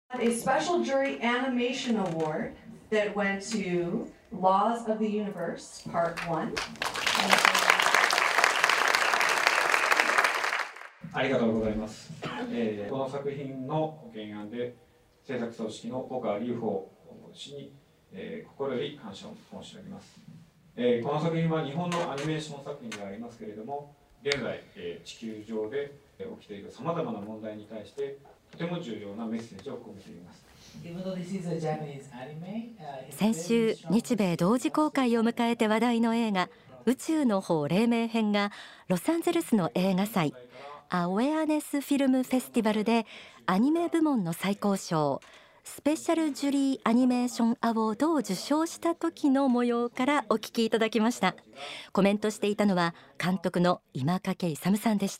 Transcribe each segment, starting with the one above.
A special jury animation award that went to Laws of the Universe Part 1. ありがとうございます。この作品の原案で制作組織の大川隆法氏に、心より感謝を申し上げます。この作品は日本のアニメーション作品でありますけれども、現在、地球上で起きているさまざまな問題に対してとても重要なメッセージを込めています。 先週、日米同時公開を迎えて話題の映画宇宙の方黎明編がロサンゼルスの映画祭アウェアネスフィルムフェスティバルでアニメ部門の最高賞スペシャルジュリーアニメーションアワードを受賞した時の模様からお聞きいただきました。コメントしていたのは監督の今掛勇さんでした。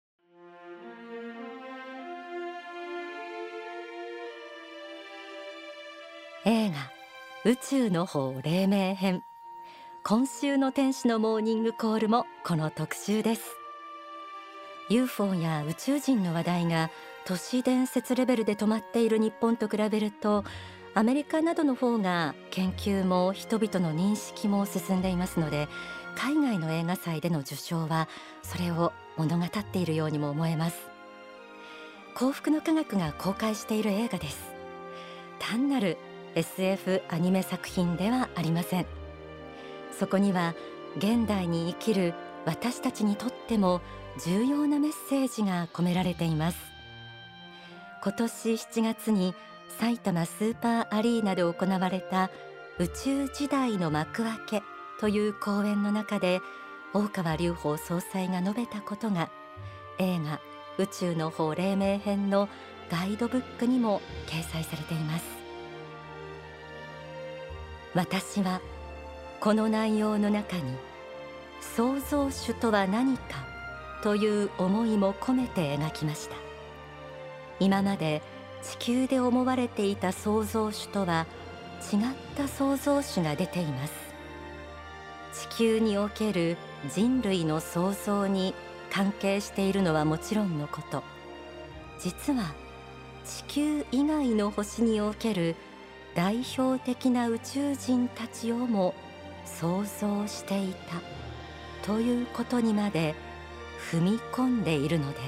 映画宇宙の方黎明編、今週の天使のモーニングコールもこの特集です。 UFO や宇宙人の話題が都市伝説レベルで止まっている日本と比べると、アメリカなどの方が研究も人々の認識も進んでいますので、海外の映画祭での受賞はそれを物語っているようにも思えます。幸福の科学が公開している映画です。単なる SF アニメ作品ではありません。そこには現代に生きる私たちにとっても重要なメッセージが込められています。今年7月に埼玉スーパーアリーナで行われた宇宙時代の幕開けという講演の中で、大川隆法総裁が述べたことが映画宇宙の方黎明編のガイドブックにも掲載されています。私はこの内容の中に創造主とは何かという思いも込めて描きました。今まで地球で思われていた創造主とは違った創造主が出ています。地球における人類の創造に関係しているのはもちろんのこと、実は地球以外の星における代表的な宇宙人たちをも創造していたということにまで踏み込んでいるのです。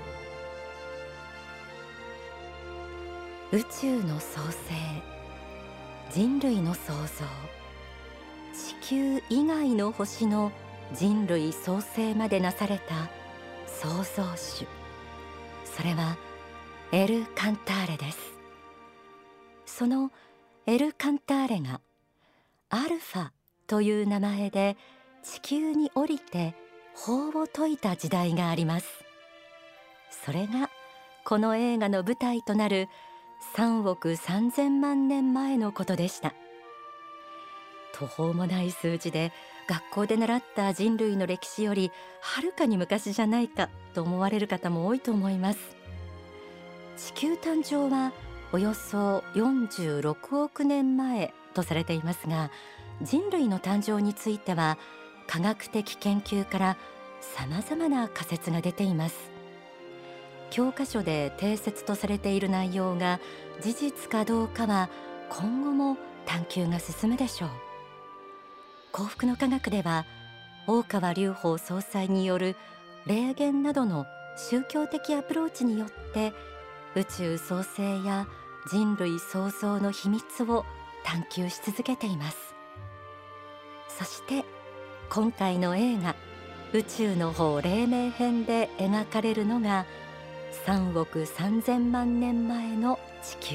宇宙の創生、人類の創造、地球以外の星の人類創生までなされた創造主、それはエル・カンターレです。そのエル・カンターレがアルファという名前で地球に降りて法を説いた時代があります。それがこの映画の舞台となる3億3000万年前のことでした。途方もない数字で学校で習った人類の歴史よりはるかに昔じゃないかと思われる方も多いと思います。地球誕生はおよそ46億年前とされていますが、人類の誕生については科学的研究からさまざまな仮説が出ています。教科書で定説とされている内容が事実かどうかは今後も探求が進むでしょう。幸福の科学では大川隆法総裁による霊言などの宗教的アプローチによって宇宙創生や人類創造の秘密を探求し続けています。そして今回の映画宇宙の方黎明編で描かれるのが3億3000万年前の地球。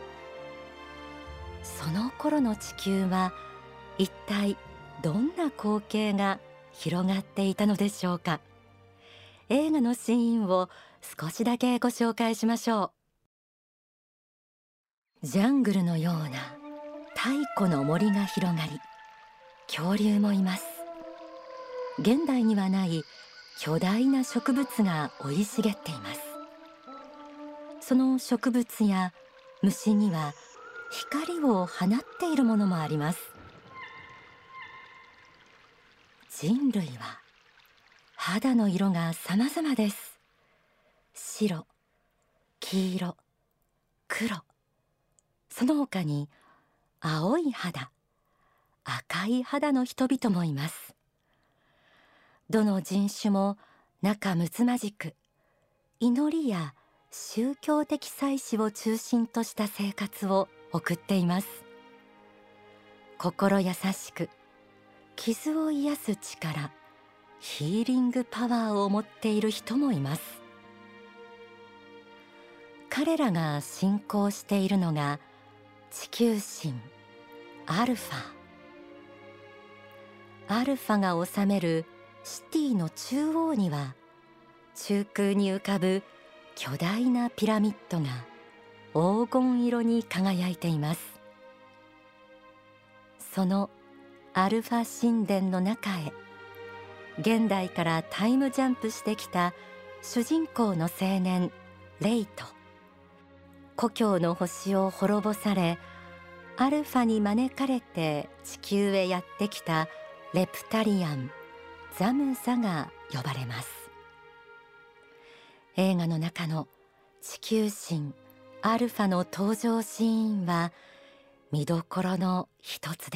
その頃の地球は一体どんな光景が広がっていたのでしょうか。映画のシーンを少しだけご紹介しましょう。ジャングルのような太古の森が広がり、恐竜もいます。現代にはない巨大な植物が生い茂っています。その植物や虫には光を放っているものもあります。人類は肌の色が様々です。白、黄色、 黒、その他に青い肌、赤い肌の人々もいます。どの人種も仲睦まじく、祈りや宗教的祭祀を中心とした生活を送っています。心優しく、傷を癒す力、ヒーリングパワーを持っている人もいます。彼らが信仰しているのが地球神アルファ。アルファが治めるシティの中央には、中空に浮かぶ巨大なピラミッドが黄金色に輝いています。そのアルファ神殿の中へ、現代からタイムジャンプしてきた主人公の青年レイと、故郷の星を滅ぼされアルファに招かれて地球へやってきたレプタリアンザムザが呼ばれます。映画の中の地球神アルファの登場シーンは見どころの一つです。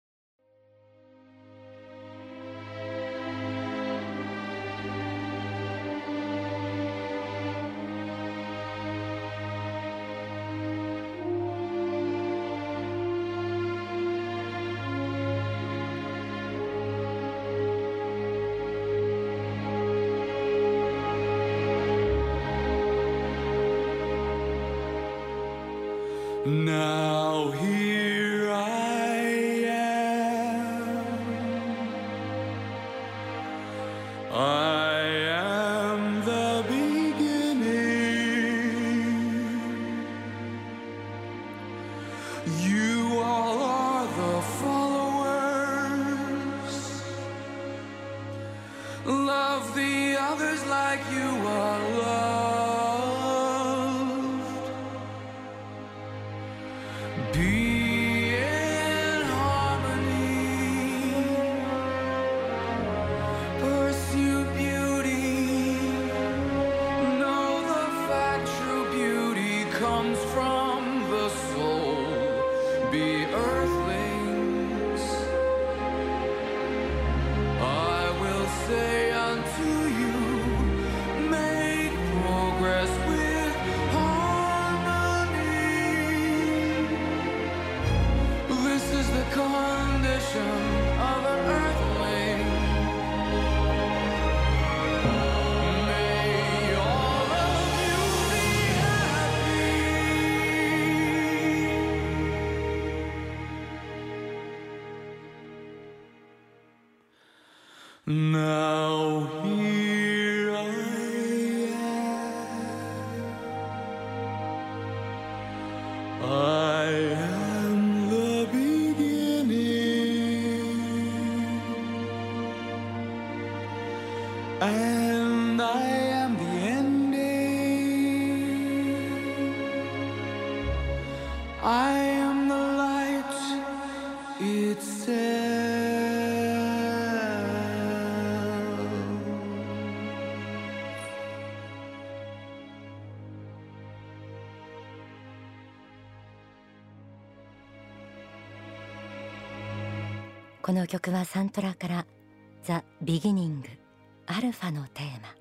Now here I am, I am the beginning. You all are the followers. Love the others like you are loved. Be in harmony, pursue beauty, know the fact true beauty comes from the soul. Be earthlings, I will say unto you, make progress with harmony. This is the condition of an earthling. May all of you be happy. Now here I am, I am the beginning, and I am the ending. I am the light itself. この曲はサントラからザ・ビギニングアルファのテーマ。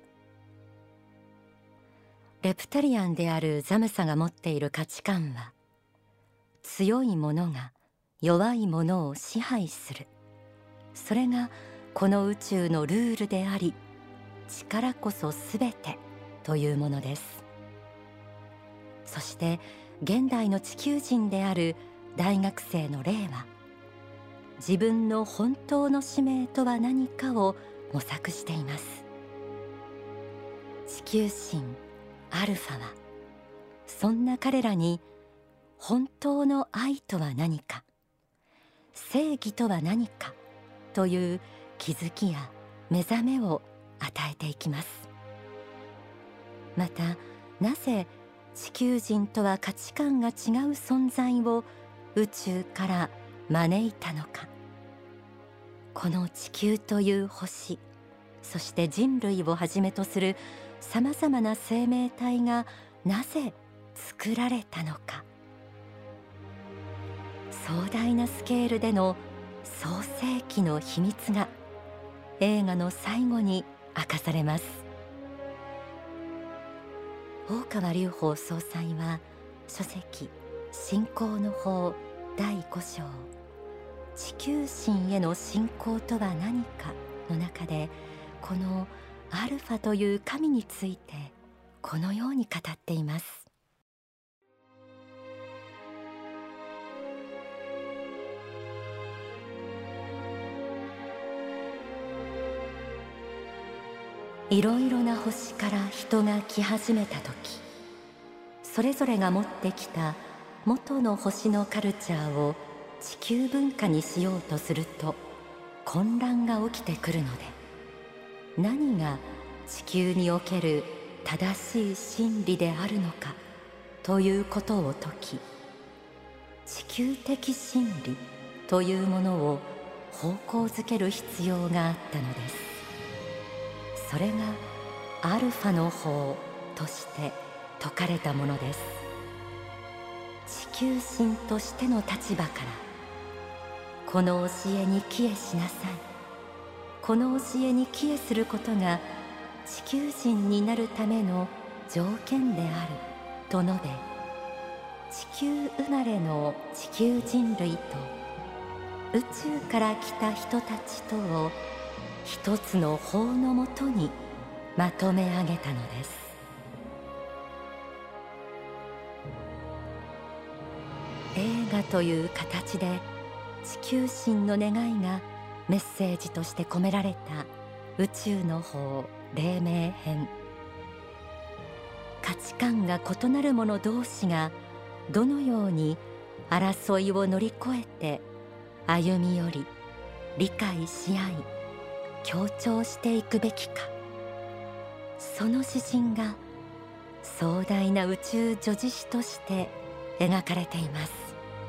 レプタリアンであるザムサが持っている価値観は、強い者が弱い者を支配する、それがこの宇宙のルールであり、力こそすべてというものです。そして現代の地球人である大学生のレイは、自分の本当の使命とは何かを模索しています。地球神アルファは、そんな彼らに本当の愛とは何か、正義とは何かという気づきや目覚めを与えていきます。また、なぜ地球人とは価値観が違う存在を宇宙から招いたのか。この地球という星、そして人類をはじめとするさまざまな生命体がなぜ作られたのか。壮大なスケールでの創世記の秘密が映画の最後に明かされます。大川隆法総裁は書籍信仰の法第5章地球神への信仰とは何かの中で、このアルファという神についてこのように語っています。いろいろな星から人が来始めた時、それぞれが持ってきた元の星のカルチャーを地球文化にしようとすると混乱が起きてくるので、何が地球における正しい真理であるのかということを説き、地球的真理というものを方向づける必要があったのです。それがアルファの法として説かれたものです。地球神としての立場から、この教えに帰依しなさい、この教えに帰依することが地球人になるための条件であると述べ、地球生まれの地球人類と宇宙から来た人たちとを一つの法のもとにまとめ上げたのです。映画という形で地球神の願いがメッセージとして込められた宇宙の法黎明編。価値観が異なる者同士がどのように争いを乗り越えて歩み寄り理解し合い協調していくべきか、その指針が壮大な宇宙叙事詩として描かれています。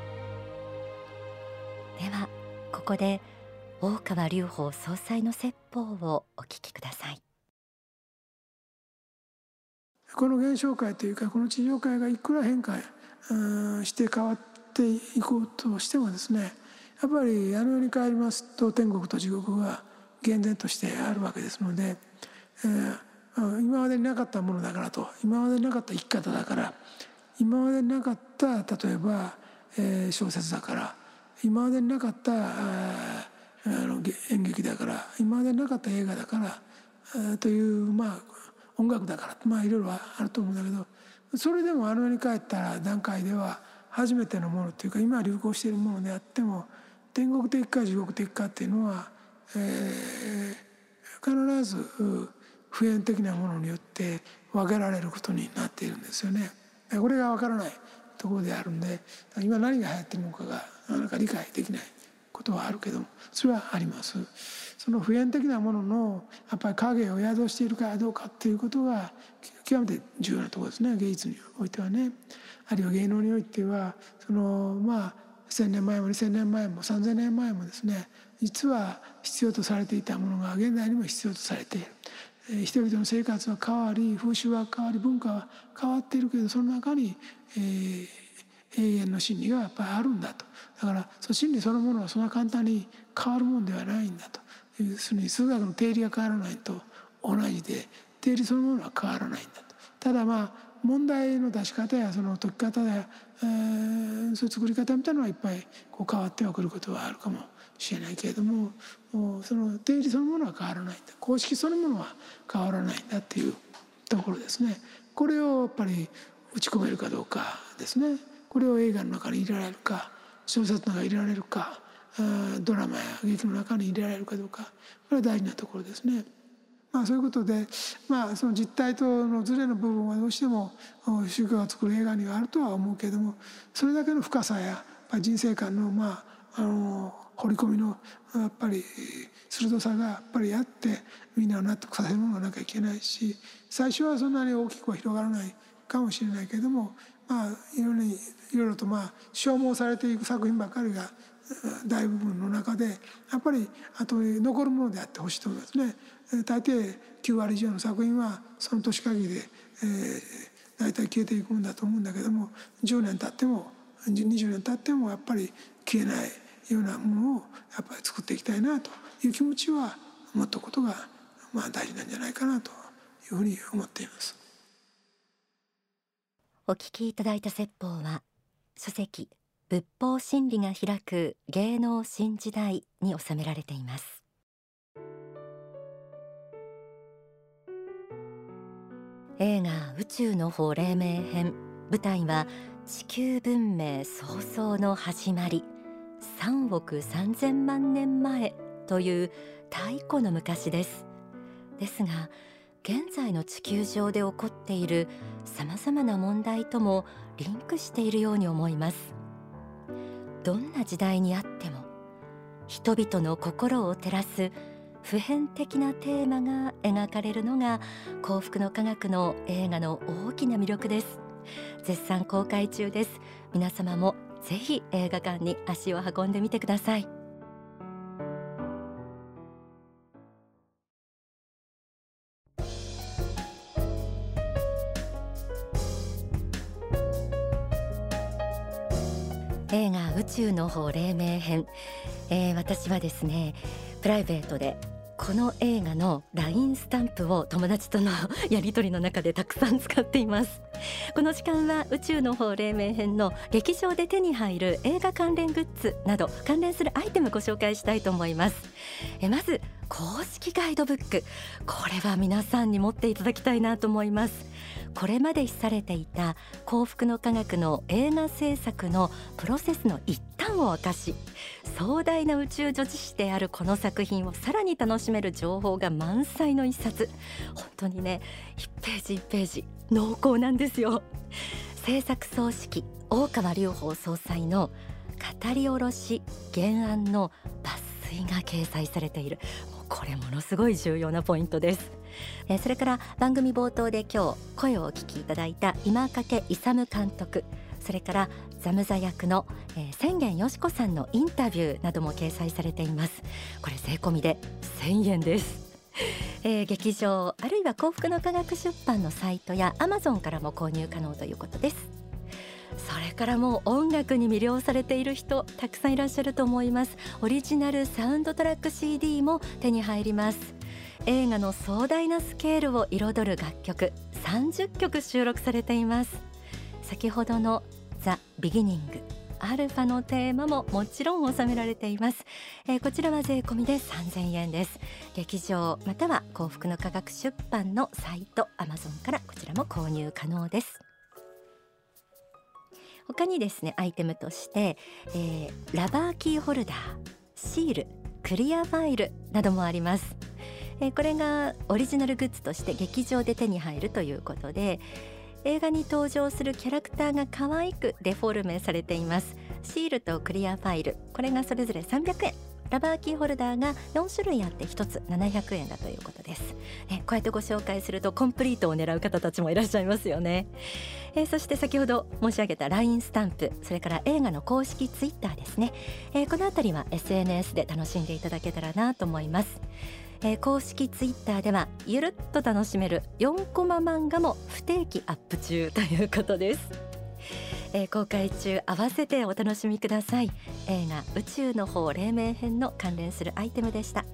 ではここで大川隆法総裁の説法をお聞きください。 この現象界というか、この地上界がいくら変化して変わっていこうとしてもですね、やっぱりあの世に帰りますと天国と地獄が厳然としてあるわけですので、今までになかったものだからと、今までになかった生き方だから、今までになかった例えば、小説だから、今までになかった演劇だから、今までになかった映画だから、という音楽だからいろいろあると思うんだけど、それでもあの世に帰った段階では初めてのものというか、今流行しているものであっても天国的か地獄的かっていうのは、必ず普遍的なものによって分けられることになっているんですよね。これが分からないところであるんで、今何が流行っているのかがなかなか理解できないことはあるけども、それはあります。その普遍的なもののやっぱり影を宿しているかどうかっていうことが極めて重要なところですね。芸術においてはね、あるいは芸能においては、1000年前も2000年前も3000年前もですね、実は必要とされていたものが現代にも必要とされている。人々の生活は変わり、風習は変わり、文化は変わっているけど、その中に、永遠の真理がやっぱりあるんだと。だからその真理そのものはそんな簡単に変わるものではないんだと。要するに数学の定理が変わらないと同じで、定理そのものは変わらないんだと。ただ問題の出し方やその解き方や、そういう作り方みたいなのはいっぱい変わってはくることはあるかもしれないけれども、その定理そのものは変わらないんだ、公式そのものは変わらないんだっていうところですね。これをやっぱり打ち込めるかどうかですね。これを映画の中に入れられるか、小説の中に入れられるか、ドラマや劇の中に入れられるかどうか、これは大事なところですね。そういうことで、その実態とのズレの部分はどうしても宗教が作る映画にはあるとは思うけれども、それだけの深さや人生観の掘り込みのやっぱり鋭さがやっぱりあって、みんなを納得させるものがなきゃいけないし、最初はそんなに大きくは広がらないかもしれないけれども、いろいろと消耗されていく作品ばかりが大部分の中でやっぱり後に残るものであってほしいと思いますね。大抵9割以上の作品はその年限りで、 大体消えていくんだと思うんだけども、10年経っても20年経ってもやっぱり消えないようなものをやっぱり作っていきたいなという気持ちは持ったことが大事なんじゃないかなというふうに思っています。 お聞きいただいた説法は書籍仏法真理が開く芸能新時代に収められています。映画宇宙の法黎明編、舞台は地球文明創造の始まり3億3000万年前という太古の昔です。ですが現在の地球上で起こっているさまざまな問題ともリンクしているように思います。どんな時代にあっても人々の心を照らす普遍的なテーマが描かれるのが幸福の科学の映画の大きな魅力です。絶賛公開中です。皆様もぜひ映画館に足を運んでみてください。映画宇宙の法黎明編、私はですねプライベートでこの映画の LINE スタンプを友達とのやり取りの中でたくさん使っています。この時間は宇宙の法黎明編の劇場で手に入る映画関連グッズなど関連するアイテムをご紹介したいと思います。まず公式ガイドブック、これは皆さんに持っていただきたいなと思います。これまで記されていた幸福の科学の映画制作のプロセスの一端を明かし、壮大な宇宙女子誌であるこの作品をさらに楽しめる情報が満載の一冊。本当にね1ページ1ページ濃厚なんですよ。制作総指揮大川隆法総裁の語り下ろし原案の抜粋が掲載されている。これものすごい重要なポイントです。それから番組冒頭で今日声をお聞きいただいた今掛勇監督、それからザムザ役の千元よし子さんのインタビューなども掲載されています。これ税込みで1000円です。劇場あるいは幸福の科学出版のサイトや Amazon からも購入可能ということです。それからもう音楽に魅了されている人たくさんいらっしゃると思います。オリジナルサウンドトラック CD も手に入ります。映画の壮大なスケールを彩る楽曲30曲収録されています。先ほどのザ・ビギニングアルファのテーマももちろん収められています。こちらは税込みで3000円です。劇場または幸福の科学出版のサイト Amazon からこちらも購入可能です。他にですねアイテムとして、ラバーキーホルダー、シール、クリアファイルなどもあります。これがオリジナルグッズとして劇場で手に入るということで、映画に登場するキャラクターが可愛くデフォルメされています。シールとクリアファイル、これがそれぞれ300円、ラバーキーホルダーが4種類あって1つ700円だということです。こうやってご紹介するとコンプリートを狙う方たちもいらっしゃいますよね。そして先ほど申し上げた LINE スタンプ、それから映画の公式ツイッターですね。このあたりは SNS で楽しんでいただけたらなと思います。公式ツイッターではゆるっと楽しめる4コマ漫画も不定期アップ中ということです。公開中合わせてお楽しみください。映画宇宙の法黎明編の関連するアイテムでした。